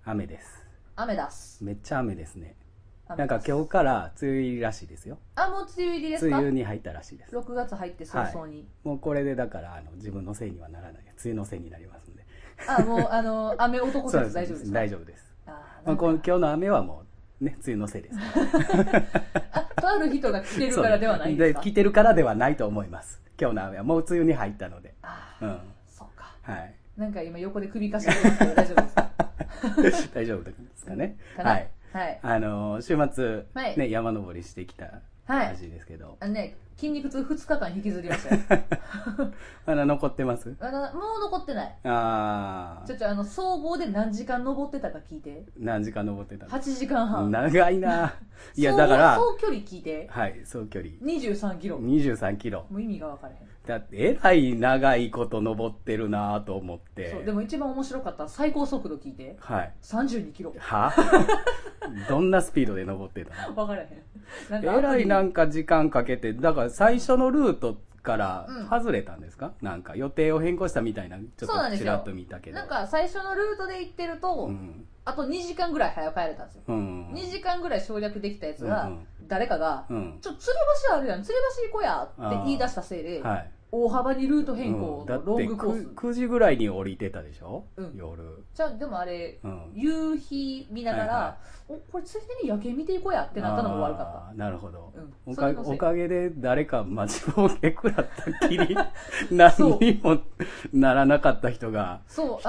雨です。 雨だす。 めっちゃ雨ですね。なんか今日から梅雨入りらしいですよ。 あ、もう梅雨入りですか？ 梅雨に入ったらしいです。 6月入って早々に。 もうこれでだから自分のせいにはならない。梅雨のせいになりますんで。 あ、もう雨男説大丈夫ですか？ 大丈夫です。今日の雨はもうね、梅雨のせいです。 あ、とある人が来てるからではないんですか？ 来てるからではないと思います。今日の雨はもう梅雨に入ったので。 そうか。 はい。 なんか今横で首かしげてますけど大丈夫ですか？ 大丈夫ですかね。 はい。 週末、ね、山登りしてきたらしいですけど。 筋肉痛2日間引きずりましたよ。 まだ残ってます？ もう残ってない。ちょっと総合で何時間登ってたか聞いて。 何時間登ってたの？ 8 時間半。 長いな。いやだから総距離聞いて。 はい、総距離 23キロ。 23キロ。 もう意味が分からへん。 だってえらい長いこと登ってるなと思って。 そう、でも一番面白かった最高速度聞いて。 はい。 32キロ。 はどんなスピードで登ってたの？ 分からへん。 えらいなんか時間かけて、だから最初のルートから外れたんですか？なんか予定を変更したみたいな、ちょっとちらっと見たけど。 なんか最初のルートで行ってると、あと2時間ぐらい早く帰れたんですよ。2時間ぐらい省略できたやつが、誰かが、ちょ、吊り橋あるやん、吊り橋行こうやって言い出したせいで、大幅にルート変更のロングコース。 だって9時ぐらいに降りてたでしょ？夜。 じゃあでもあれ、夕日見ながら、これついでに夜景見ていこうやってなったのも悪かった。 なるほど。おかげで誰か待ちぼうけ食らったきり、何にもならなかった人がそう、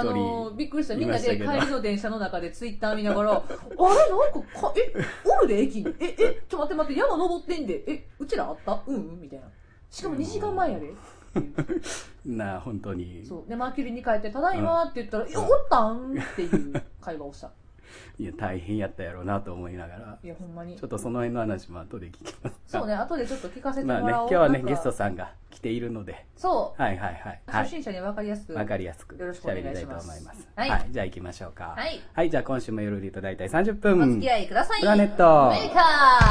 びっくりした。みんなで帰りの電車の中でツイッター見ながら、あれなんか、おるで駅に。ちょ待って、山登ってんで。うちらあった？みたいな。しかも2時間前やで。 なあ、本当に。 そう。で、マーキュリーに帰って、ただいまって言ったら、おったんっていう会話をした。 いや、大変やったやろうなと思いながら。 いや、ほんまに。 ちょっとその辺の話も後で聞きます。 そうね、後でちょっと聞かせてもらおう。 まあね、今日はね、ゲストさんが来ているので。 そう。 はい。 初心者に分かりやすく。 よろしくお願いします。はい。じゃあ行きましょうか。はい。じゃあ今週も夜りと大体30分。 お付き合いください。 プラネット。 アメリカ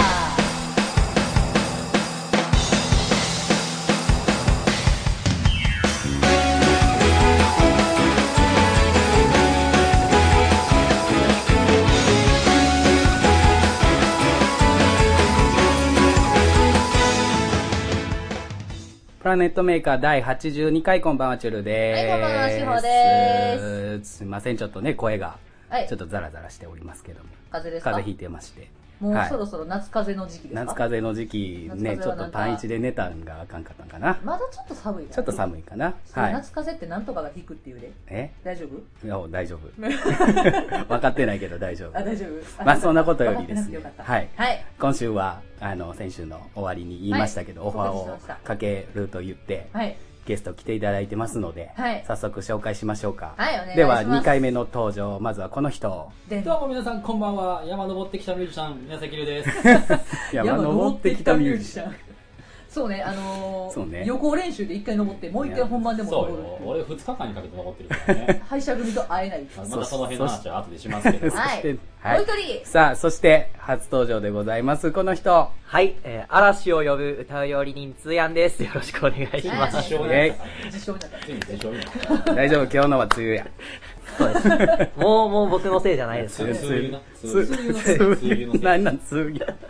プラネットメーカー第82回、こんばんは、チュルでーす。はい、こんばんは、しほでーす。すいません、ちょっとね、声が、ちょっとザラザラしておりますけども。 風邪ですか？ 風邪ひいてまして。 もうそろそろ夏風邪の時期ですか？ 夏風邪の時期ね、ちょっとパンイチで寝たんがあかんかったんかな。 まだちょっと寒いから。 ちょっと寒いかな。 夏風邪ってなんとかが引くっていうで。大丈夫？ いや、大丈夫。分かってないけど大丈夫。 大丈夫。 まあそんなことよりですね。 はい。 今週は、先週の終わりに言いましたけど、オファーをかけると言って、ゲスト来ていただいてますので、早速紹介しましょうか。では2回目の登場、まずはこの人。 どうも皆さんこんばんは。山登ってきたミュージシャン宮崎龍です。 山登ってきたミュージシャン。 そうね、予行練習で1回登ってもう1回本番でも登る。 そうよ、俺2日間にかけて登ってるからね。 敗者組と会えない。 またその辺の話は後でしますけど。 はい。もう一人。 さあ、そして初登場でございます。この人。 はい、嵐を呼ぶ歌う料理人つやんです。よろしくお願いします。 自称になった。 大丈夫、今日のは梅雨や。 そうです。もう僕のせいじゃないです。 梅雨。何なん、梅雨や。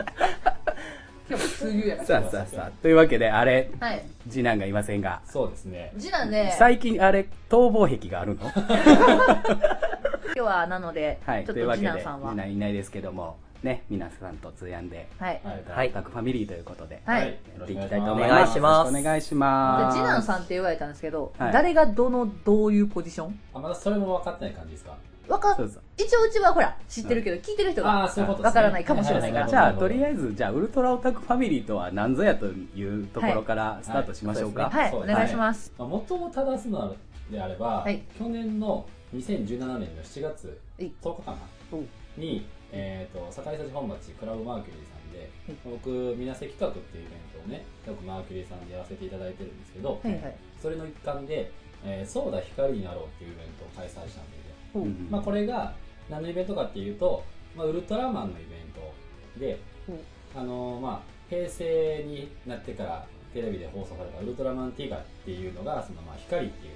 さあというわけであれ、次男がいませんが。 そうですね、 次男ね、 最近あれ逃亡癖があるの？ 今日はなので、ちょっと次男さんは次男いないですけどもね、皆さんと通やんでオタクファミリーということでやっていきたいと思います。よろしくお願いします。 次男さんって言われたんですけど、誰がどういうポジション？ まだそれも分かってない感じですか？ 一応うちはほら知ってるけど、聞いてる人がわからないかもしれないから、 じゃあとりあえずウルトラオタクファミリーとは何ぞやというところからスタートしましょうか。 はい、お願いします。 元を正すのであれば、去年の2017年の7月10日かなに堺筋本町クラブマーキュリーさんで、僕水瀬企画っていうイベントをね、よくマーキュリーさんでやらせていただいてるんですけど、それの一環でソーダ光になろうっていうイベントを開催したんですよ。これが何のイベントかっていうと、ウルトラマンのイベントで、平成になってからテレビで放送されたウルトラマンティガっていうのがその光っていうのを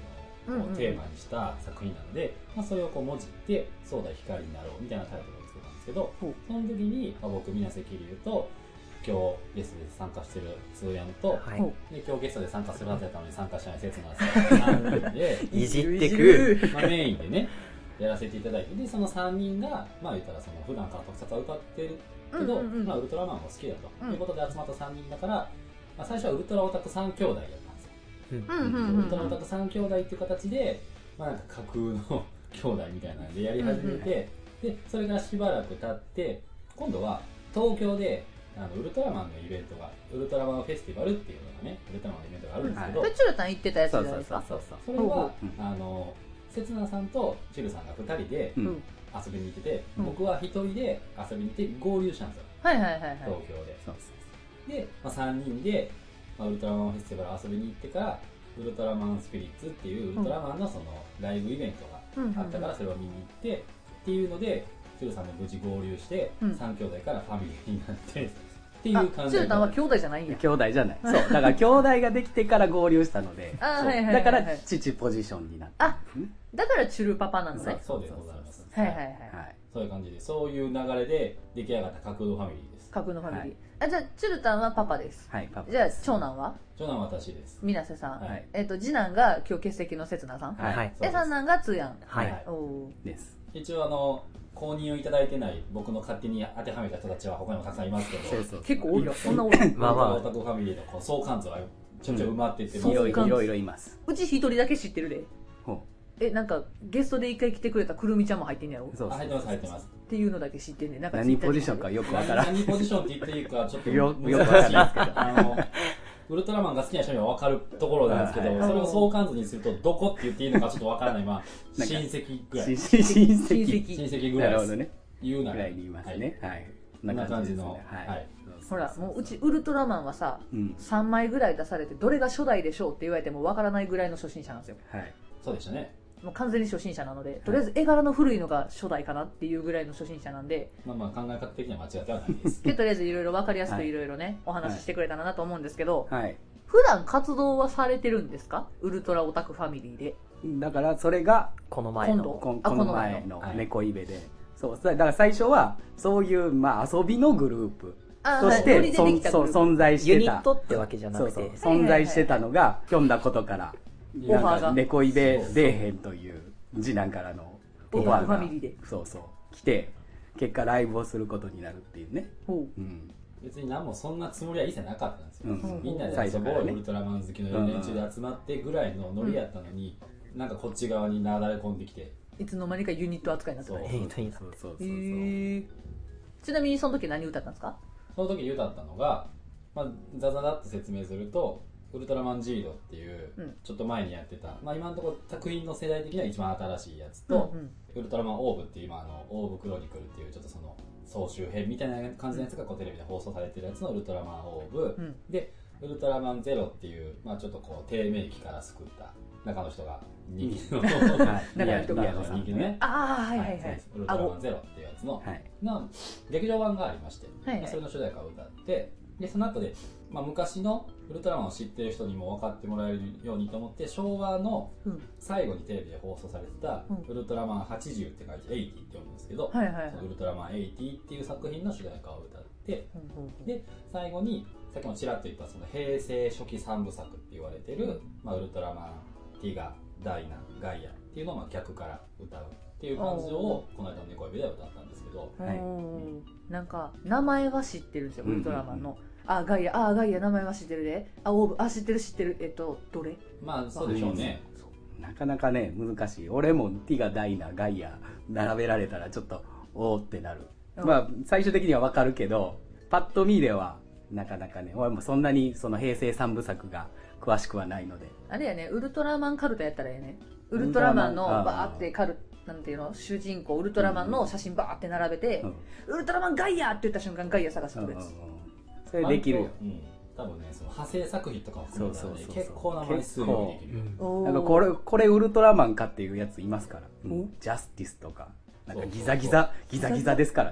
テーマにした作品なので、それをこうもじってソーダ光になろうみたいなタイトルをつけたんですけど、その時に、僕水瀬桐生と今日ゲストで参加してる通やんと、で今日ゲストで参加するはずやったのに参加しない刹那さん3人でいじってく、 メインでねやらせていただいて、でその3人が言ったらその普段から特撮は歌ってるけど、ウルトラマンも好きだということで集まった3人だから、最初はウルトラオタク3兄弟やったんですよ。ウルトラオタク3兄弟っていう形で、なんか架空の兄弟みたいなんでやり始めて、でそれがしばらく経って今度は東京でウルトラマンのイベントがウルトラマンフェスティバルっていうのがね、ウルトラマンのイベントがあるんですけど、 チュルタン行ってたやつじゃないですか。 それは刹那さんとチルさんが2人で遊びに行ってて、僕は1人で遊びに行って合流したんですよ、東京で。で、3人で、ウルトラマンフェスティバル遊びに行ってから、ウルトラマンスピリッツっていうウルトラマンのそのライブイベントがあったからそれを見に行ってっていうので、チルさんも無事合流して3兄弟からファミリーになってっていう感じで。 チルタンは兄弟じゃないんや。 兄弟じゃない。そうだから兄弟ができてから合流したので、だから父ポジションになって。 だからチュルパパなんですね。 そうでございます。そういう感じで、そういう流れで出来上がった架空のファミリーです。 架空のファミリー。じゃあチュルタンはパパです。 はい、パパ。 じゃあ長男は？ 長男は私です。 水瀬さん。次男が今日欠席の刹那さん。三男が通やん。 はい。です。 一応公認をいただいてない僕の勝手に当てはめた人たちは他にもたくさんいますけど、 結構多いよ。そんな多い。 まあオタクファミリーの相関図がちょっと埋まってて、 いろいろいます。 うち一人だけ知ってるで。なんかゲストで一回来てくれたくるみちゃんも入ってんやろ。 入ってます入ってます。 っていうのだけ知ってんね。なんか何ポジションかよくわからん。 何ポジションって言っていいかちょっとよくわからないですけど。 ウルトラマンが好きな人には分かるところなんですけど、それを相関図にするとどこって言っていいのかちょっと分からない。親戚ぐらい。 親戚ぐらい。 なるほどね。 言うなら。 ぐらいに言いますね。はい。 こんな感じの。 ほら、もううちウルトラマンはさ、3枚ぐらい出されて、どれが初代でしょうって言われても分からないぐらいの初心者なんですよ。 はい。 そうでしたね。 もう完全に初心者なので、とりあえず絵柄の古いのが初代かなっていうぐらいの初心者なんで、 考え方的には間違ってはないです。 でとりあえずいろいろ分かりやすくいろいろね、お話ししてくれたらなと思うんですけど、普段活動はされてるんですか？ウルトラオタクファミリーで。 だからそれがこの前の猫イベで、そうだから最初はそういう遊びのグループとして存在してた、 ユニットってわけじゃなくて存在してたのがひょんだことから猫イベ出えへんという次男からのオファーが来て、結果ライブをすることになるっていうね。 別に何もそんなつもりは一切なかったんですよ。みんなで遊ぼうウルトラマン好きの4年中で集まってぐらいのノリやったのに、なんかこっち側になだれ込んできて、 いつの間にかユニット扱いになってた。ちなみにその時何歌ったんですか？ その時に歌ったのが、ザザザっと説明すると、ウルトラマンジードっていうちょっと前にやってた、今のところ作品の世代的には一番新しいやつと、ウルトラマンオーブっていうオーブクロニクルっていうちょっとその総集編みたいな感じのやつがテレビで放送されてるやつのウルトラマンオーブ、でウルトラマンゼロっていう、ちょっと低迷期から救った中の人が人気の人気のね、ウルトラマンゼロっていうやつの劇場版がありまして、それの主題歌を歌って、でその後で昔のウルトラマンを知ってる人にも分かってもらえるようにと思って、昭和の最後にテレビで放送されてたウルトラマン80って書いて80って読むんですけど、ウルトラマン80っていう作品の主題歌を歌って、で最後にさっきもちらっと言ったその平成初期3部作って言われてる、ウルトラマンティガ、ダイナ、ガイアっていうのを逆から歌うっていう感じをこの間の猫指では歌ったんですけど、 なんか名前は知ってるんですよ、ウルトラマンの。ガイア、名前は知ってるで。オーブ、知ってる。どれ？ そうでしょうね。 なかなかね、難しい。俺もティガ、ダイナ、ガイア並べられたらちょっとおーってなる。最終的にはわかるけど、パッと見ではなかなかね、俺もそんなにその平成3部作が詳しくはないので。あれやね、ウルトラマンカルタやったらね、ウルトラマンのバーってなんていうの、主人公ウルトラマンの写真バーって並べて、ウルトラマンガイアって言った瞬間ガイア探してくるやつ。それできるよ。 多分ね、その派生作品とかも含めたらね、結構な枚数できるよ。 なんかこれウルトラマンかっていうやついますから。ジャスティスとか、なんかギザギザですからね。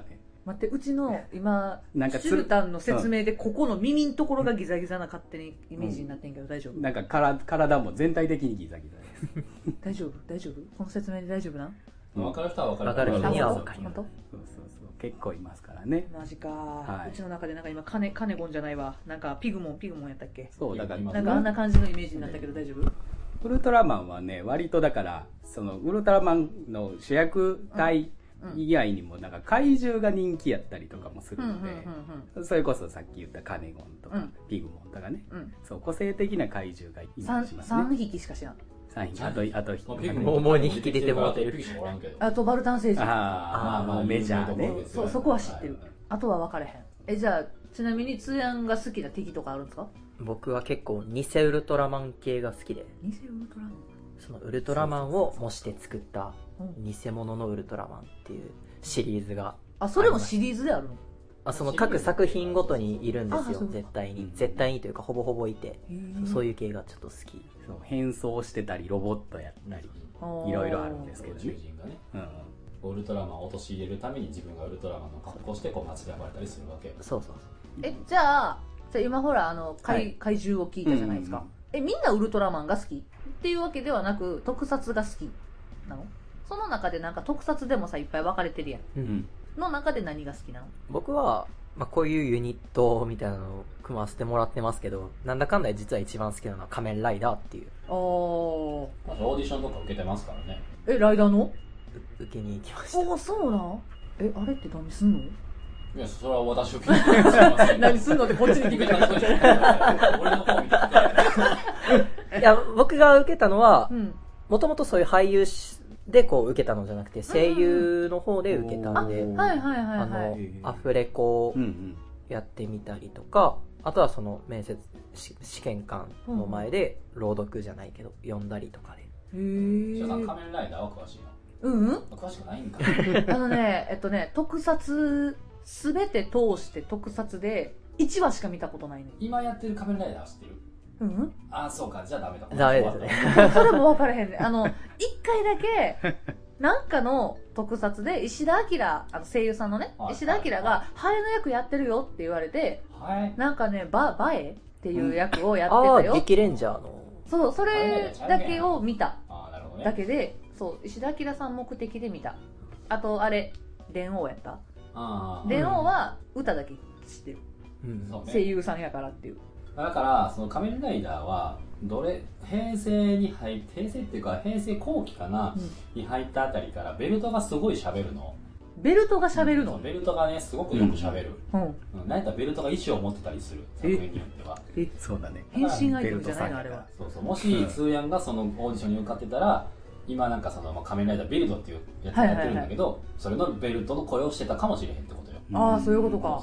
待って、うちの今シュルタンの説明でここの耳のところがギザギザな勝手にイメージになってんけど大丈夫？ なんか体も全体的にギザギザです。 大丈夫この説明で大丈夫なん？ 分かる人は分かる。 分かる人には分かる。 本当？ そう結構いますからね。 マジか。うちの中でなんか今カネゴンじゃないわ。なんかピグモンやったっけ？ そうだからなんかあんな感じのイメージになったけど大丈夫？ ウルトラマンはね割とだからそのウルトラマンの主役隊以外にもなんか怪獣が人気やったりとかもするので、それこそさっき言ったカネゴンとかピグモンとかね、そう個性的な怪獣がいたりしますね。 3匹しか知らん。 3匹あともう2匹出てもらってる。 あとバルタン星人。 メジャーね。 そこは知ってる。あとは分かれへん。じゃあちなみに通やんが好きな敵とかあるんですか？ 僕は結構偽ウルトラマン系が好きで、 偽ウルトラマン、 そのウルトラマンを模して作った偽物のウルトラマンっていうシリーズがそれもシリーズであるの？ その各作品ごとにいるんですよ。絶対にというかほぼほぼいて、そういう系がちょっと好き。 そう変装してたりロボットやったりいろいろあるんですけどね。 宇宙人がね、ウルトラマンを陥れるために自分がウルトラマンの格好してこう街で暴れたりするわけ。 そうじゃあ今ほら怪獣を聞いたじゃないですか。みんなウルトラマンが好きっていうわけではなく特撮が好きなの？その中でなんか特撮でもさいっぱい分かれてるやん、の中で何が好きなの？ 僕は、こういうユニットみたいなのを組ませてもらってますけど、なんだかんだ実は一番好きなのは仮面ライダーっていう。 オーディションとか受けてますからね。 ライダーの受けに行きました。 そうなん？あれって何すんの？ いや、それは私を聞いて何すんのってこっちに聞くじゃん。 俺の方見ていや、僕が受けたのは、もともとそういう俳優でこう受けたのじゃなくて、声優の方で受けたんで、アフレコをやってみたりとか、あとはその面接、試験官の前で朗読じゃないけど、読んだりとかで。 じゃあ仮面ライダーは詳しいの？詳しくないんか。 特撮、すべて通して特撮で1話しか見たことないね。 今やってる仮面ライダーは知ってる？そうか、じゃあダメだ。 ダメですね。 それも分からへんね。1回だけ、なんかの特撮で石田明、声優さんのね、石田明がハエの役やってるよって言われて、なんかね、バエっていう役をやってたよ。 激レンジャーの。 そう、それだけを見た。だけで、そう、石田明さん目的で見た。あと、電王やった？電王は歌だけ知ってる。声優さんやからっていう。 だからその仮面ライダーは平成っていうか平成後期かな、に入ったあたりからベルトがすごい喋るの。 ベルトが喋るの？ ベルトがねすごくよく喋る。なんやったらベルトが意思を持ってたりする、作品によっては。 そうだね。 変身アイテムじゃないのあれは。 そうもし通やんがそのオーディションに受かってたら、今なんかその仮面ライダービルドっていうやつやってるんだけど、それのベルトの声をしてたかもしれへんってことよ。 そういうことか。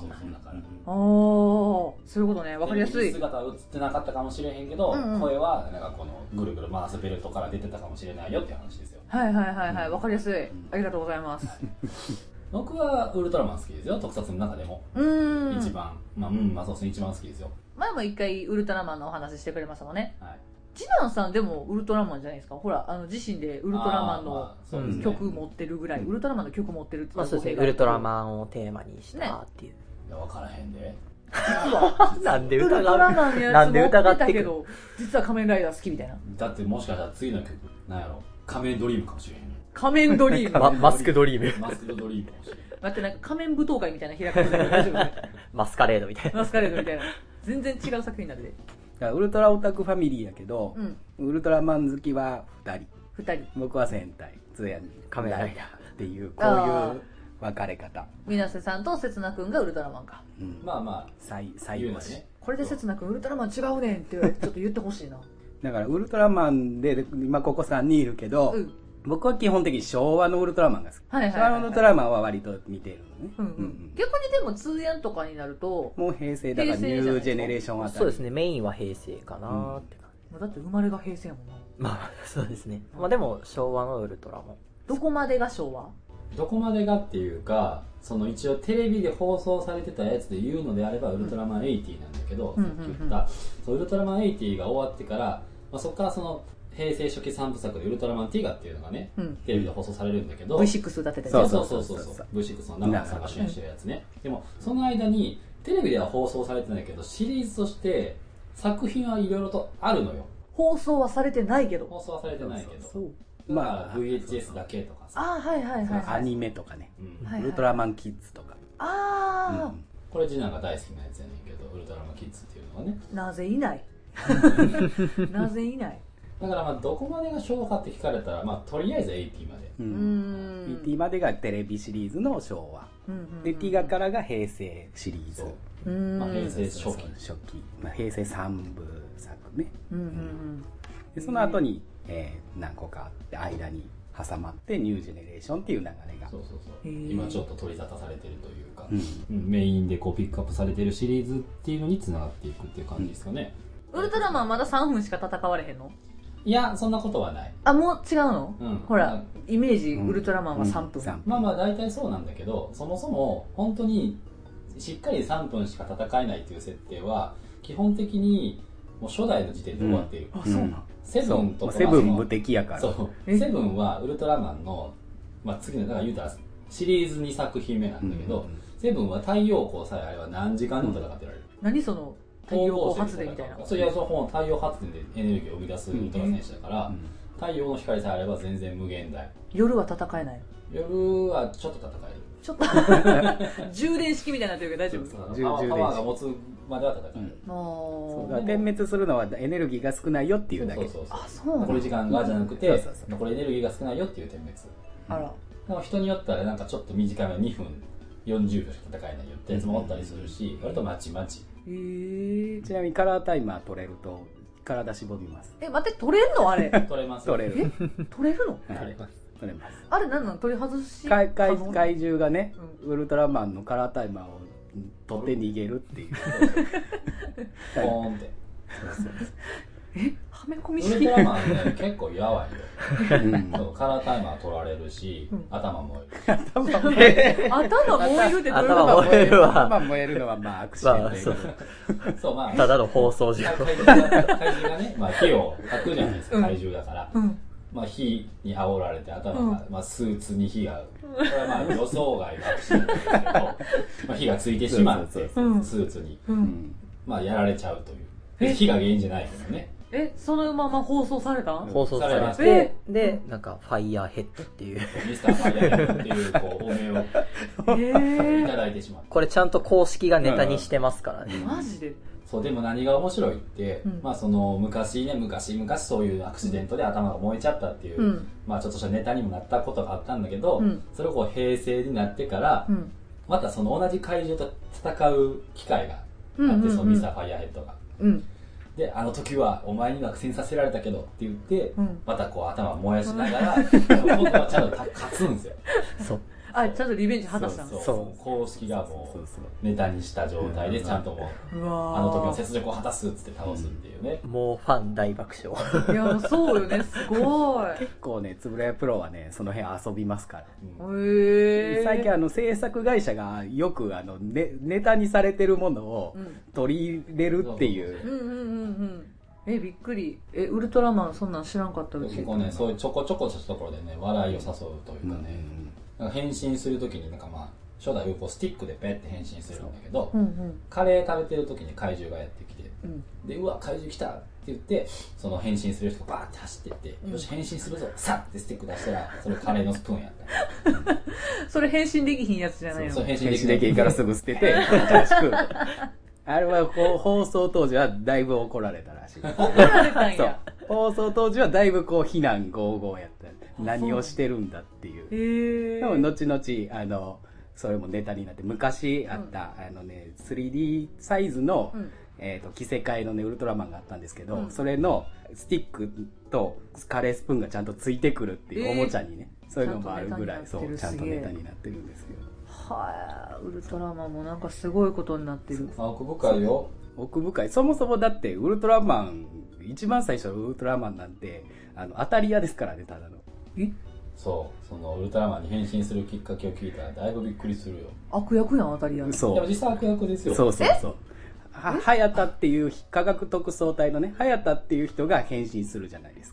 そういうことね、わかりやすい。 姿は映ってなかったかもしれへんけど、声はなんかこのぐるぐる回すベルトから出てたかもしれないよっていう話ですよ。 わかりやすい。ありがとうございます。 僕はウルトラマン好きですよ、特撮の中でも。一番そうですね、一番好きですよ。 前も一回ウルトラマンのお話してくれましたもんね。ジダンさんでもウルトラマンじゃないですか。ほら自身でウルトラマンの曲持ってるぐらい、ウルトラマンの曲持ってるっていう。 そうですね、ウルトラマンをテーマにしたっていう。 いや、分からへんで。 なんでウルトラマンのやつ持ってたけど、実は仮面ライダー好きみたいな。 だってもしかしたら次の曲なんやろ、仮面ドリームかもしれへん。 仮面ドリーム。 マスクドリーム。 マスクドリームかもしれへん。 待って、なんか仮面舞踏会みたいな開かれてる。大丈夫？ マスカレードみたいな。 マスカレードみたいな。全然違う作品になるで。 ウルトラオタクファミリーやけど、ウルトラマン好きは2人。僕は戦隊、通や仮面ライダーっていう、こういう分かれ方。 水瀬さんと刹那くんがウルトラマンか。 最後はね。 これで刹那くんウルトラマン違うねんってちょっと言ってほしいな。 だからウルトラマンで今ここ3人いるけど、僕は基本的に昭和のウルトラマンが好き。昭和のウルトラマンは割と見てるのね。 逆にでも通やんとかになるともう平成だからニュージェネレーションあたり。 そうですね、メインは平成かなって感じ。だって生まれが平成やもんな。 そうですね。でも昭和のウルトラマン。 どこまでが昭和？ どこまでがっていうか、その一応テレビで放送されてたやつで言うのであればウルトラマン80なんだけど、さっき言ったウルトラマン80が終わってから、そこからその平成初期3部作でウルトラマンティガっていうのがね、テレビで放送されるんだけど V6 だってたやつ。 そう V6 の生さんが主演してるやつね。でもその間にテレビでは放送されてないけどシリーズとして作品はいろいろとあるのよ。 放送はされてないけど。 放送はされてないけど。まあ VHS だけとかさ。 はいはいはい。 アニメとかね。ウルトラマンキッズとか。 これ次男が大好きなやつやねんけど、ウルトラマンキッズっていうのはね。 なぜいないなぜいない。 だからまあどこまでが昭和かって聞かれたら、まあとりあえず80まで。 80までがテレビシリーズの昭和。で、ティガからが平成シリーズ。 まあ平成初期。 まあ平成3部作ね。でその後に何個かあって間に挟まってニュージェネレーションっていう流れが今ちょっと取り沙汰されてるというか、メインでこうピックアップされてるシリーズっていうのにつながっていくっていう感じですかね。 ウルトラマンまだ3分しか戦われへんの？ いや、そんなことはない。 あ、もう違うの？ほら、イメージウルトラマンは3分。 まあまあ大体そうなんだけど、そもそも本当にしっかり3分しか戦えないっていう設定は基本的にもう初代の時点で終わっている。 あ、そうなん？ セブンとかセブン無敵やから。 そうセブンはウルトラマンの、まあ、次のだから言うたらシリーズ2作品目なんだけど、セブンは太陽光さえあれば何時間でも戦ってられる。 何その太陽光発電みたいな。 そういや、その太陽発電でエネルギーを生み出すウルトラ戦士だから、太陽の光さえあれば全然無限大。 夜は戦えない？ 夜はちょっと戦える。 ちょっと充電式みたいになってるけど大丈夫？ パワーが持つまでは戦える。 そう点滅するのはエネルギーが少ないよっていうだけ。 あ、そう。 残り時間がじゃなくて残りエネルギーが少ないよっていう点滅。 あら。 でも人によってはなんかちょっと短め2分40秒しか戦えないよってやつもおったりするし、割とまちまち。 ちなみにカラータイマー取れると体絞ります。 待って、取れるのあれ？ 取れます。 取れる。 取れるの？ 取れます。取れます。 あれなんなの？取り外し？ 怪獣がね、ウルトラマンのカラータイマーを取って逃げるっていう。 ポーンって。 はめ込み式？ウルトラマンね、結構やばいよ。カラータイマー取られるし、頭燃える。 頭燃えるってどういうこと？ 頭燃えるわ。 頭燃えるのはまあアクシデントだけど。 そう、まあ。 ただの放送事故。 怪獣がね、まあ火を吐くじゃないですか、怪獣だから。まあ火に煽られて頭が、まあスーツに火が、これはまあ予想外のアクシデントですけど、まあ火がついてしまって、スーツに、まあやられちゃうという。火が原因じゃないけどね。 そのまま放送された？ 放送されて、で、なんか、ファイヤーヘッドっていう。 ミスターファイヤーヘッドっていう、こう、お名をいただいてしまった。 これちゃんと公式がネタにしてますからね。 マジで？ そう、でも何が面白いって、まあその、昔そういうアクシデントで頭が燃えちゃったっていう、まあちょっとしたネタにもなったことがあったんだけど、それをこう、平成になってから、またその同じ怪獣と戦う機会があって、そのミスターファイヤーヘッドが。で、あの時はお前には苦戦させられたけどって言って、またこう頭燃やしながら、今度はちゃんと勝つんですよ。 そう。 あ、ちゃんとリベンジ果たしたんです。そう。公式がもうネタにした状態でちゃんともう、あの時の雪辱を果たすっつって倒すっていうね。 もうファン大爆笑。 いや、そうよね、すごい。 結構ね、つぶらやプロはね、その辺遊びますから。 最近制作会社がよくネタにされてるものを取り入れるっていう。 びっくり。ウルトラマンそんなん知らんかったうち。 結構ね、そういうちょこちょこしたところでね、笑いを誘うというかね、変身するときになんかまあ、初代こうスティックでペッて変身するんだけど、カレー食べてるときに怪獣がやってきて、で、うわ、怪獣来たって言って、その変身する人がバーって走ってって、よし、変身するぞ、さってスティック出したら、それカレーのスプーンやった。 それ変身できひんやつじゃないの？ そう、変身できひんからすぐ捨てて、新しく。あれは放送当時はだいぶ怒られたらしい。 怒られたんや。 放送当時はだいぶこう非難合々やった。何をしてるんだっていう。でも後々それもネタになって、昔あった、3D サイズの、着せ替えのね、ウルトラマンがあったんですけど、それのスティックとカレースプーンがちゃんとついてくるっていうおもちゃにね、そういうのもあるぐらい、そう、ちゃんとネタになってるんですよ。 はい、ウルトラマンもなんかすごいことになってる。 奥深いよ。 奥深い。そもそもだってウルトラマン、一番最初のウルトラマンなんて当たり屋ですからね、ただの。 そう、そのウルトラマンに変身するきっかけを聞いたらだいぶびっくりするよ。 悪役やん、当たり屋。 そう。 でも実際悪役ですよ。 そう。早田っていう科学特捜隊のね、早田っていう人が変身するじゃないですか。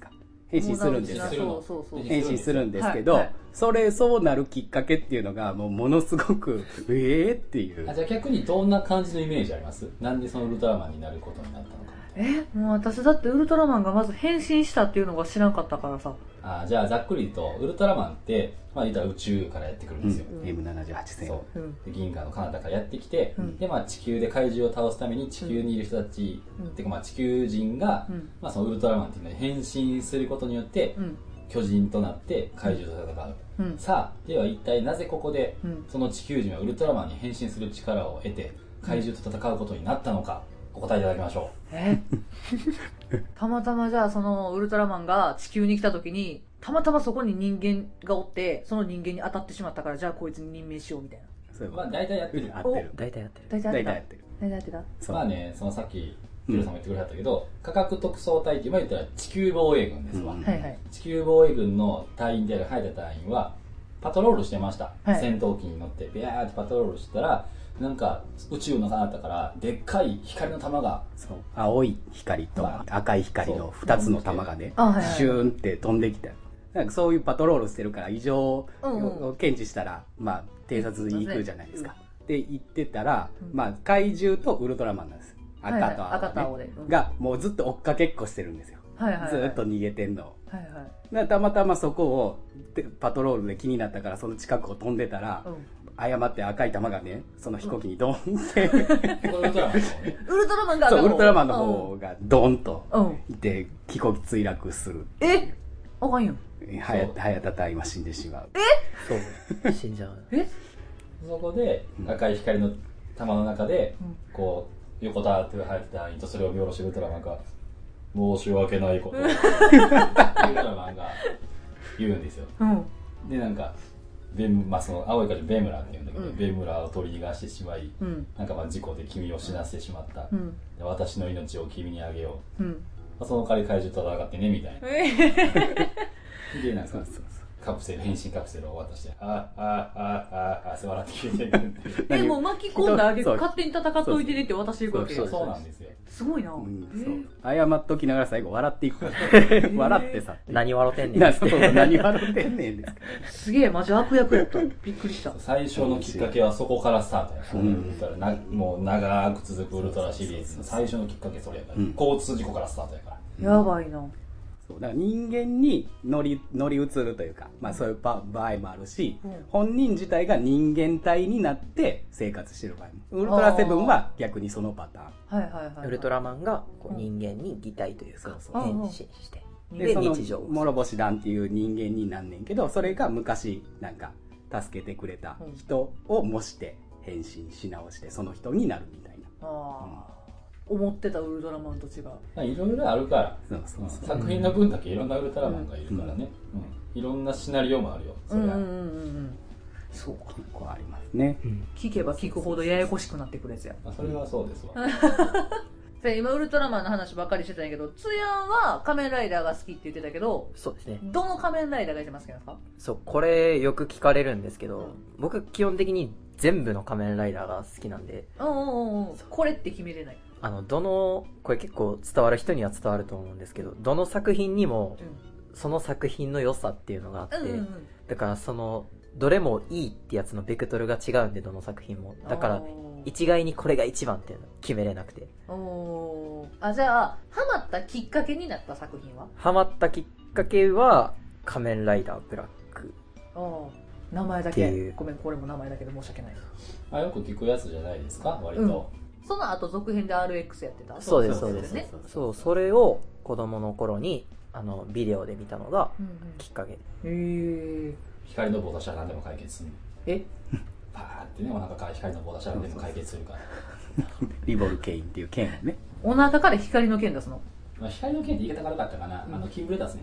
変身するんです変身するんですけど、そうなるきっかけっていうのがものすごくっていう。 じゃあ逆にどんな感じのイメージあります？なんでそのウルトラマンになることになったのか。 もう私だってウルトラマンがまず変身したっていうのが知らんかったからさ。 じゃあざっくりとウルトラマンって言ったら宇宙からやってくるんですよ、 M78 星。 で銀河の彼方からやってきて、で地球で怪獣を倒すために地球にいる人たち、っていうか地球人が、そのウルトラマンっていうのに変身することによって、巨人となって怪獣と戦う、さあでは一体なぜここで、その地球人はウルトラマンに変身する力を得て怪獣と戦うことになったのか、お答えいただきましょう。たまたまじゃあそのウルトラマンが地球に来た時にたまたまそこに人間がおってその人間に当たってしまったからじゃあこいつに任命しようみたいな。 大体やってる。 大体やってる。 大体やってた。 そのさっきヒロさんも言ってくれはったけど、価格特捜隊って今言ったら地球防衛軍ですわ、地球防衛軍の隊員であるハイダ隊員はパトロールしてました、戦闘機に乗ってビャーってパトロールしてたらなんか宇宙の彼方からでっかい光の玉が、 青い光と赤い光の2つの玉がね、シューンって飛んできた。なんかそういうパトロールしてるから異常を検知したら、偵察に行くじゃないですか。で行ってたら、怪獣とウルトラマンなんです。赤と青でがもうずっと追っかけっこしてるんですよ。ずっと逃げてんの。たまたまそこをパトロールで気になったからその近くを飛んでたら、誤って赤い玉がねその飛行機にドンってウルトラマンの方がドンといて飛行機墜落する。 あかんよ。 早田隊は死んでしまう。 そう死んじゃう。 そこで赤い光の玉の中でこう横たわってるハヤタ隊員とそれを見下ろしてウルトラマンが申し訳ないことをウルトラマンが言うんですよ。でなんかその青い怪獣ベムラって言うんだけど、ベムラを取り逃がしてしまい、なんか事故で君を死なせてしまった、私の命を君にあげよう、その代わり怪獣と戦ってねみたいな、でなんか変身カプセルを渡して笑って消えていくっていう。 もう巻き込んだあげ勝手に戦っといてねって渡していくわけ。 そうなんですよ。 すごいな。 謝っときながら最後笑っていくから笑ってさ何笑ってんねん何笑ってんねんですか。 すげえマジ悪役やった。びっくりした。 最初のきっかけはそこからスタートやから、もう長く続くウルトラシリーズの最初のきっかけそれやから、交通事故からスタートやから。 やばいな。 だから人間に乗り移るというか、そういう場合もあるし、本人自体が人間体になって生活してる場合も。ウルトラセブンは逆にそのパターン。 ウルトラマンが人間に擬態というか変身してでその諸星団っていう人間になんねんけど、それが昔なんか助けてくれた人を模して変身し直してその人になるみたいな。 思ってたウルトラマンと違う。 いろいろあるから作品の分だけいろんなウルトラマンがいるからね、いろんなシナリオもあるよ。そりゃそう結構ありますね。 聞けば聞くほどややこしくなってくるやつや。 それはそうですわ。 今ウルトラマンの話ばっかりしてたんやけど、つやんは仮面ライダーが好きって言ってたけど、 そうですね。 どの仮面ライダーが一番好きなんですか？ そう、これよく聞かれるんですけど、僕基本的に全部の仮面ライダーが好きなんで、これって決めれない。 これ結構伝わる人には伝わると思うんですけど、どの作品にもその作品の良さっていうのがあって、だからどれもいいってやつのベクトルが違うんで、どの作品も。だから一概にこれが一番っていうの決めれなくて。 じゃあハマったきっかけになった作品は？ ハマったきっかけは仮面ライダーブラック。 名前だけごめん、これも名前だけで申し訳ない。 よく聞くやつじゃないですか、割と。 その後続編で RX やってた。 そうですそうです。そう、それを子供の頃にビデオで見たのがきっかけで。 光の棒出したら何でも解決する。パーってね、お腹から光の棒出したら何でも解決するから。 リボルケインっていう剣をね。 お腹から光の剣出すの？ 光の剣って言い方が悪かったかな。キンブレ出すね。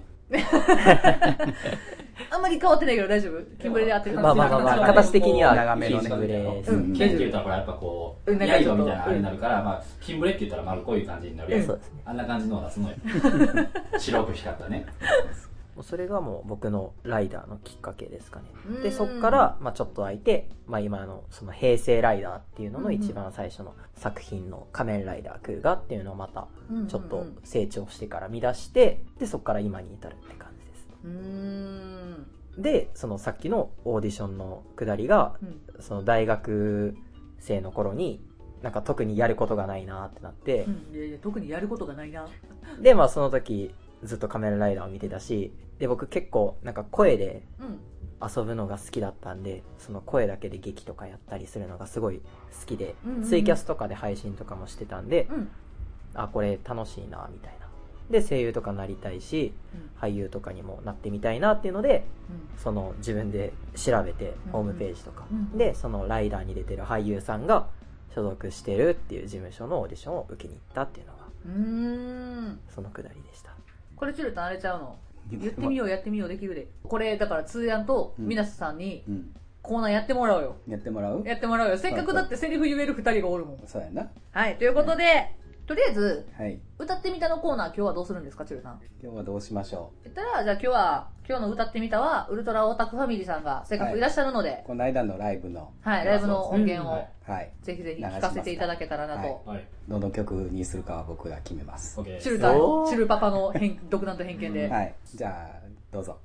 あんまり変わってないけど大丈夫？キンブレで合ってる？ 形的には長めのキンブレ。 剣って言ったらこれやっぱこうヤイドみたいなあれになるから、キンブレって言ったら丸っこい感じになるやつ。あんな感じのを出すのよ。白く光ったね。 それがもう僕のライダーのきっかけですかね。で、そっから、ちょっと空いて、今のその平成ライダーっていうのの一番最初の作品の仮面ライダークーガっていうのをまたちょっと成長してから見出して、で、そっから今に至るって感じです。で、そのさっきのオーディションのくだりが、その大学生の頃に、なんか特にやることがないなってなって、 いやいや特にやることがないな。 で、その時ずっと仮面ライダーを見てたし、で、僕結構なんか声で遊ぶのが好きだったんで、その声だけで劇とかやったりするのがすごい好きで、ツイキャスとかで配信とかもしてたんで、これ楽しいなみたいな。で、声優とかなりたいし、俳優とかにもなってみたいなっていうので、その自分で調べて、ホームページとかで、そのライダーに出てる俳優さんが所属してるっていう事務所のオーディションを受けに行ったっていうのが、そのくだりでした。 これチルタンあれちゃうの？言ってみようやってみようできるで。これだから通やんとみなさんにコーナーやってもらおうよ。 やってもらうよ。せっかくだってセリフ言える2人がおるもん。 そうやな。 はい、ということで、とりあえず、歌ってみたのコーナー今日はどうするんですか、チルさん。 今日はどうしましょう。 言ったら、じゃあ今日の歌ってみたは、ウルトラオタクファミリーさんがせっかくいらっしゃるので、 この間のライブの、 ライブの音源を、ぜひぜひ聴かせていただけたらなと。 どの曲にするかは僕が決めます。 チルパパの独断と偏見で。 はい。じゃあ、どうぞ。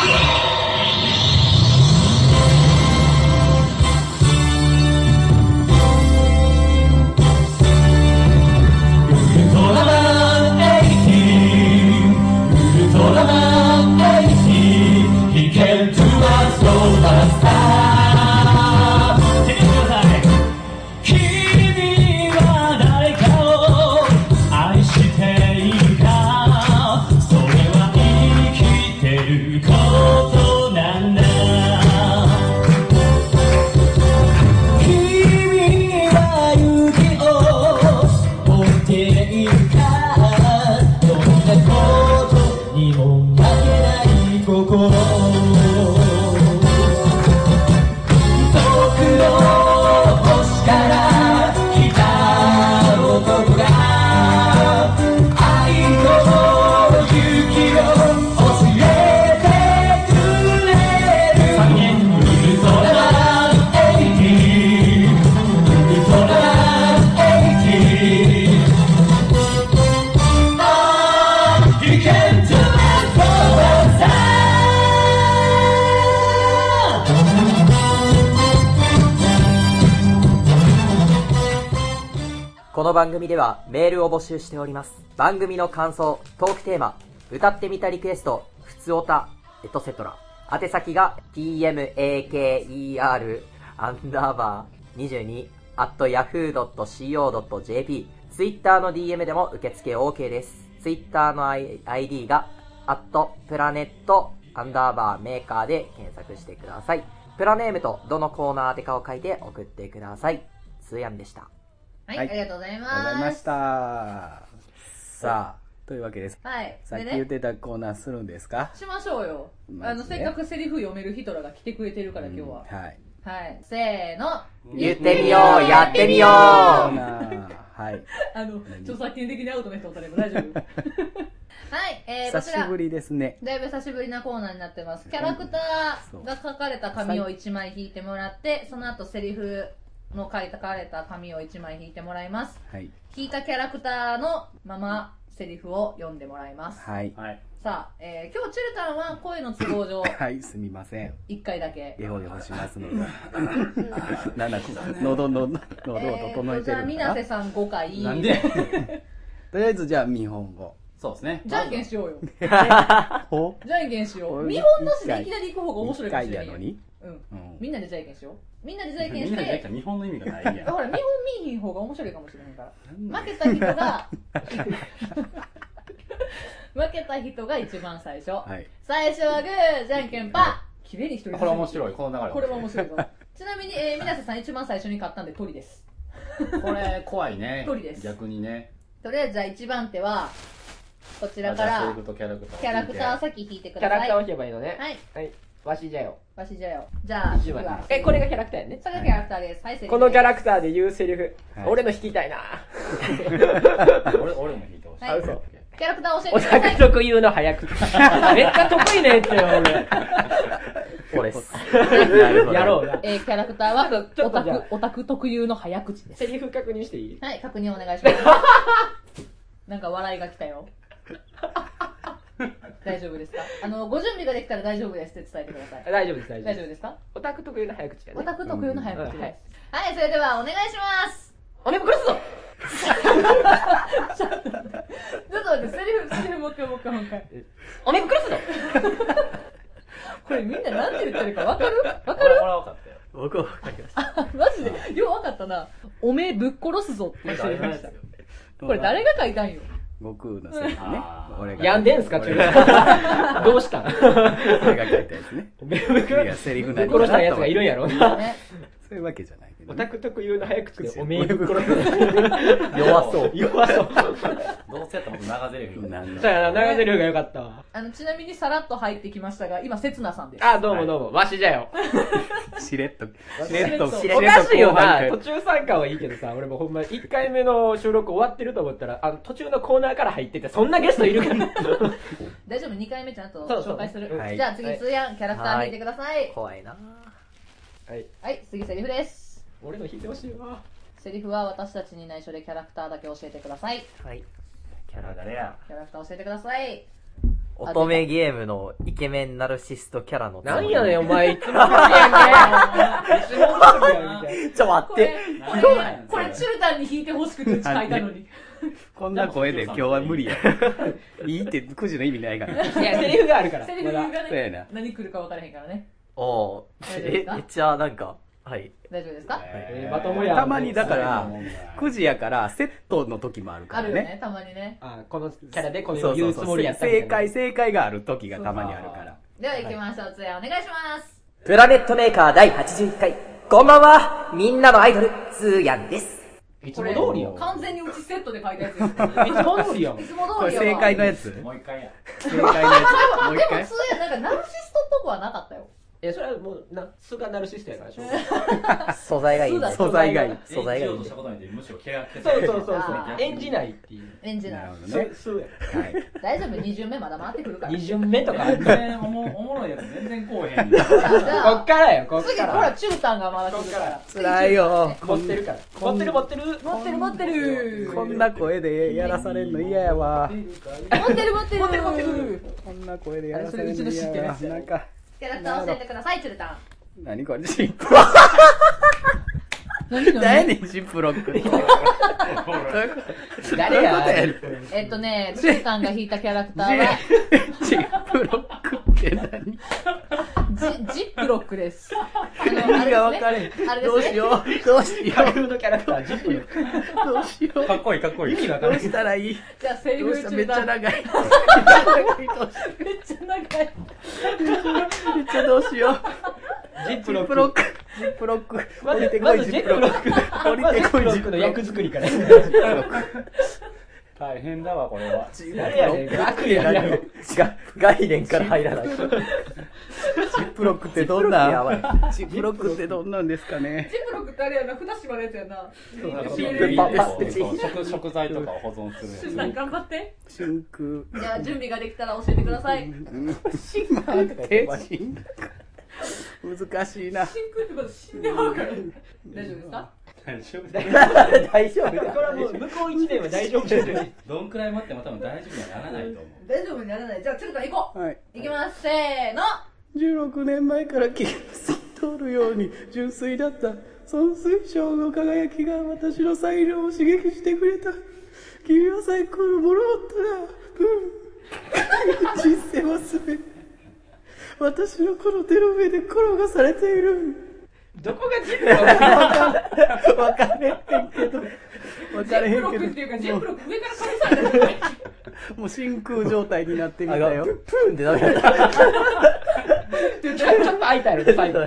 この番組ではメールを募集しております。番組の感想、トークテーマ、歌ってみたリクエスト、ふつおた、エトセトラ。宛先が tmaker22@yahoo.co.jp。Twitter の DM でも受付 OK です。Twitter の ID が@planet_maker で検索してください。プラネームとどのコーナー宛てかを書いて送ってください。つーやんでした。 はい、ありがとうございます。 ありがとうございました。さあ、というわけです。 はい。 さっき言ってたコーナーするんですか？ しましょうよ。せっかくセリフ読める人らが来てくれてるから今日は。はい。はい。せーの。 言ってみよう、やってみよう。 はい。 著作権的にアウトの人おったら大丈夫？はい、 久しぶりですね。 だいぶ久しぶりなコーナーになってます。キャラクターが書かれた紙を1枚引いてもらって、その後セリフの書かれた紙を1枚引いてもらいます。はい。引いたキャラクターのままセリフを読んでもらいます。はい。さあ、今日チルタンは声の都合上。 はい、すみません。 1回だけ。 エホエホしますので。喉を整えてる。 じゃあ、みなせさん5回。 なんでとりあえずじゃあ、見本を。 そうですね。 じゃんけんしようよ。じゃんけんしよう。見本なしでいきなり行く方が面白いかもしれない。1回やのに？うん。みんなでじゃんけんしよう。みんなでじゃんけんして。みんなでじゃんけん見本の意味がないやん。ほら、見本見ひん方が面白いかもしれないから。負けた人が一番最初。最初はグー、じゃんけんパー。綺麗に一人。 これ面白い、この流れ。 これは面白いぞ。ちなみに、みなせさん一番最初に買ったんで鳥です。 これ、怖いね。 鳥です。 逆にね。 とりあえずじゃあ一番手は、こちらから、キャラクターを先引いてください。 キャラクターを引けばいいのね。 はい。 はい。わしじゃよ。 じゃあ、 これがキャラクターやね。 それがキャラクターです。はい、 このキャラクターで言うセリフ。俺の引きたいな。 俺も引いてほしい。 はい。 キャラクター教えてください。 オタク特有の早口。めっちゃ得意なやつよ、俺。です。やろうな。 キャラクターはオタク特有の早口です。 セリフ確認していい？ はい、確認お願いします。なんか笑いが来たよ。大丈夫ですか？ご準備ができたら大丈夫ですって伝えてください。 大丈夫です、 大丈夫ですか？ オタク特有の早口だね。 オタク特有の早口です。はい、それではお願いします。 おめぶくらすぞ。 ちょっと待って、セリフもう一回。 おめぶくらすぞ。 これみんななんて言ってるかわかる？ 俺は分かったよ。 僕は分かりました。 マジでよう分かったな。おめえぶっ殺すぞって言ってました。これ誰が書いたんよ。 僕のセリフね。 やんでんすか、ちょっと。どうしたん？ 俺が書いたやつね。いや、セリフ何殺したやつがいるんやろな。 そういうわけじゃないけど。 オタク特有の早口でおめえぶっ殺す。弱そう。 どうせやったら僕長ゼリフ。 そうやな、長ゼリフが良かったわ。 ちなみにさらっと入ってきましたが、今、せつなさんです。 あ、どうも。わしじゃよ。 しれっと。 おかしいよな。途中参加はいいけどさ、俺もほんま1回目の収録終わってると思ったら、途中のコーナーから入ってて、そんなゲストいるかな。 大丈夫、2回目ちゃんと紹介する。じゃあ次、つーやん、キャラクター引いてください。 怖いな。 はい、次セリフです。 俺の引いてほしいわ。 セリフは私たちに内緒でキャラクターだけ教えてください。 はい。 キャラ誰や？ キャラクター教えてください。 乙女ゲームのイケメンナルシストキャラの。 なんやねん、お前。いつも来るやんけ。いつも来るやんけ。 ちょ、待って。 これ、チュルタンに引いてほしくて書いたのに。 こんな声で今日は無理や。いいってくじの意味ないから。 いや、セリフがあるから。 セリフがね、何来るか分からへんからね。 めっちゃなんか、はい。 大丈夫ですか？ まともや。 たまにだから、9時やからセットの時もあるからね。 あるよね、たまにね。 このキャラでこの言うつもりやったみたいな。 正解がある時がたまにあるから。 では行きましょう。つやお願いします。 プラネットメーカー第81回。こんばんは、みんなのアイドル、つーやんです。 いつも通りよ。 完全にうちセットで書いたやつです。いつも通りよ。 いつも通りよ。正解のやつ？ もう一回や。 正解のやつ。もう一回。 でもつーやなんかナルシストっぽくはなかったよ。 それはもう、素がナルシストやからでしょ。 素材がいい。 素材がいい。 素材がいい。 演じようとしたことによってむしろ怪我そう。演じないっていう。 演じない。 なるほどね。 そうや。 大丈夫、2巡目まだ回ってくるから。 2巡目とか。 全然おもろいやつ全然こうへん。 こっからよ、こっから。 次、ほら、チュルタンがまだ来るから。 辛いよ。 持ってるから。持ってる。 こんな声でやらされんの嫌やわ。 持ってる。 こんな声でやらされんの嫌やわ。なんか。 キャラクター教えてください、チュルタン。 何これ、ジップロック。何やねん、ジップロック。 誰やチュルタンが引いたキャラクターは、 ジップロックって何？ ジップロックです。 意味が分かれん。どうしよう。 架空のキャラクター、ジップロック。 どうしよう。 かっこいい。意味が分かどうしたらいい？ じゃあ、セリフチュルタン。 めっちゃ長い。 めっちゃ長い。 めっちゃどうしよう。 ジップロック。 降りてこい、ジップロック。降りてこい、ジップロック。 の役作りから。 大変だわ、これは。 誰やねん、悪やな。 違う、概念から入らない。 ジップロックってどんなんジップロックってどんなんですかね。 ジップロックってあれやな、ふなしまのやつやな。 食材とかを保存するやつ。 頑張って。 真空。 じゃあ、準備ができたら教えてください。 真空って難しいな。 真空ってこと死んでまうから。大丈夫ですか？ 大丈夫だ。 これはもう向こう1年は大丈夫ですよ。 どんくらい待っても多分大丈夫にはならないと思う。 大丈夫にならない。じゃあ、チュルタン行こう。 はい。 行きます。せーの。 16年前から気が透るように純粋だったその水晶の輝きが私の才能を刺激してくれた。君は最高のものだったな。人生はすべて私のこの手の上で転がされている。 どこがジップロック？ 分かれへんけど。 ジップロックっていうか、ジップロック上からかぶされてる。 もう真空状態になってみたよ。 プーンってダメだった。 ちょっと開いたやろ、最後。 ちょ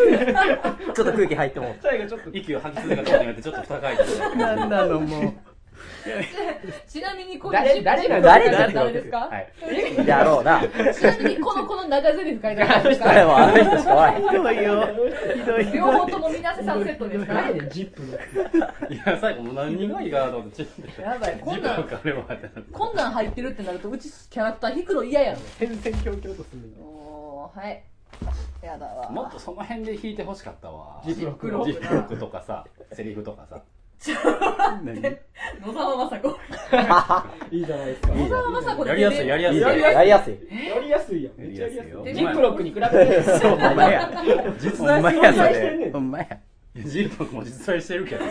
っと空気入っても。 最後ちょっと息を吐き続けたことによってちょっと高いところ。 なんなのもう。 ちなみにこの誰ですか？ やろうな。 ちなみにこの長ゼリフ書いてあるんですか？ あの人しかわひどいよ。 両方ともみなせさんセットですか？ ジップの。いや、最後もう何がいいかなと思って。 やばい、こんなん入ってるってなると、うちキャラクター引くの嫌やん。 戦々恐々とする。 はい。やだわ。 もっとその辺で弾いてほしかったわ。 ジップロックとかさ、セリフとかさ。 ちょっと待って。野沢雅子。 いいじゃないですか。 野沢雅子やりやすい。 やりやすいやん。めっちゃやりやすい。 ジップロックに比べて。 ほんまや。実在してる。ほんまや。 ジップロックも実在してるけど。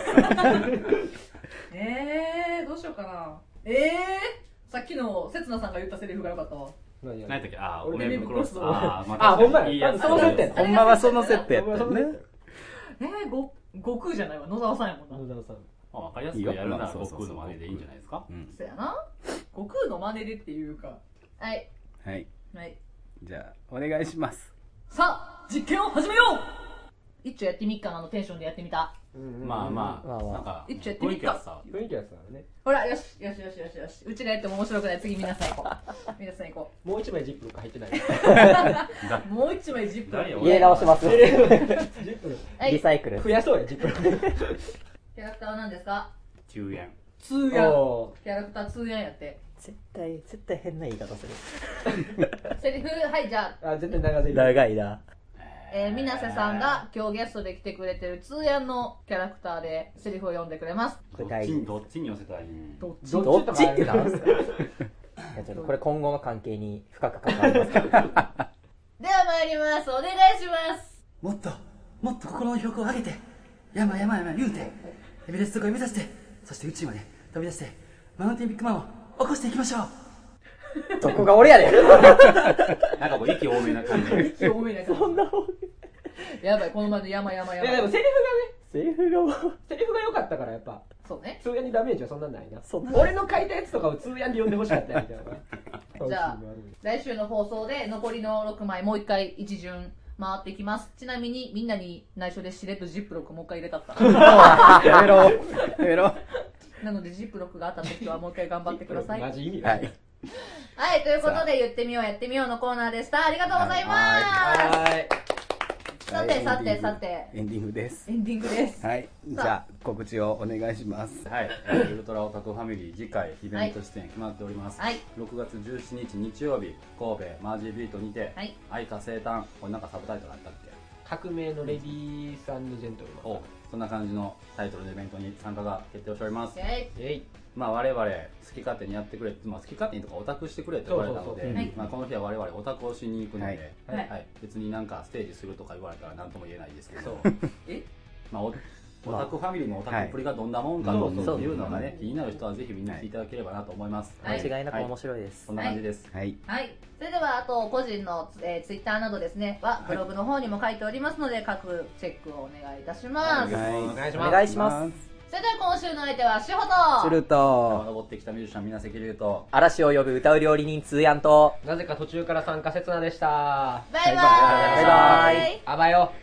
どうしようかな。さっきのせつなさんが言ったセリフが良かったわ。 何やったっけ？オメブクロス。 ほんまや。その設定。 ほんまはその設定やったよね。 悟空じゃないわ、野沢さんやもんな。 野沢さん。わかりやすくやるなら悟空の真似でいいんじゃないですか？ そうやな。悟空の真似でっていうか。はい。 はい。じゃあ、お願いします。 さあ、実験を始めよう。一丁やってみっかなのテンションでやってみた。 まあまあ、なんか、 一丁やってみっか。 雰囲気やつだね。 ほら、よし。うちがやっても面白くない。次皆さん行こう。 もう一枚ジップロック入ってない。 もう一枚ジップロック。 入れ直します。リサイクル。増やそうや、ジップロック。 キャラクターは何ですか？ 通やん。 キャラクター通やんやって。 絶対変な言い方する。 セリフ、はい、じゃあ。 絶対長ゼリフ。長いな。 みなせさんが今日ゲストで来てくれてる通やんのキャラクターでセリフを読んでくれます。 どっちに寄せたらいい？ どっちってなんですか？これ今後の関係に深く関わりますから。 では参ります。お願いします。 もっと心の標高を上げて、山言うて、エベレスト越え目指して、そして宇宙まで飛び出して、マウンテンビッグマンを起こしていきましょう。 どこが俺やねん。 なんかもう息多めな感じ。 そんな多め。やばい、この前の山。いやでもセリフが良かったからやっぱ。 そうね。 通夜にダメージはそんなんないな。俺の書いたやつとかを通夜に読んでほしかったみたいな。 じゃあ、来週の放送で残りの6枚もう一回一巡回っていきます。ちなみにみんなに内緒でしれっとジップロックもう一回入れたった。 やめろ。 なのでジップロックが当たった人はもう一回頑張ってください。 マジ意味はい。 はい、ということで言ってみようやってみようのコーナーでした。ありがとうございます。さて。 エンディングです。はい。じゃあ、告知をお願いします。 はい。ウルトラオタクファミリー次回イベント出演決まっております。6月17日日曜日、神戸マージービートにて、愛花生誕。これなんかサブタイトルあったっけ？ 革命のレディース&ジェントルマン。 そんな感じのタイトルのイベントに参加が決定しております。まあ我々好き勝手にやってくれ、好き勝手にとかオタクしてくれって言われたので、この日は我々オタクをしに行くので、別になんかステージするとか言われたら何とも言えないですけど、オタクファミリーのオタクっぷりがどんなもんかというのがね、気になる人はぜひ見に来ていただければなと思います。 間違いなく面白いです。 そんな感じです。 はい。それではあと個人のツイッターなどですねはブログの方にも書いておりますので各チェックをお願いいたします。 お願いします。 それでは今週の相手はしほとすると登ってきたミュージシャン水瀬龍と嵐を呼ぶ歌う料理人通やんとなぜか途中から参加せつなでした。 バイバイ。 あばよ。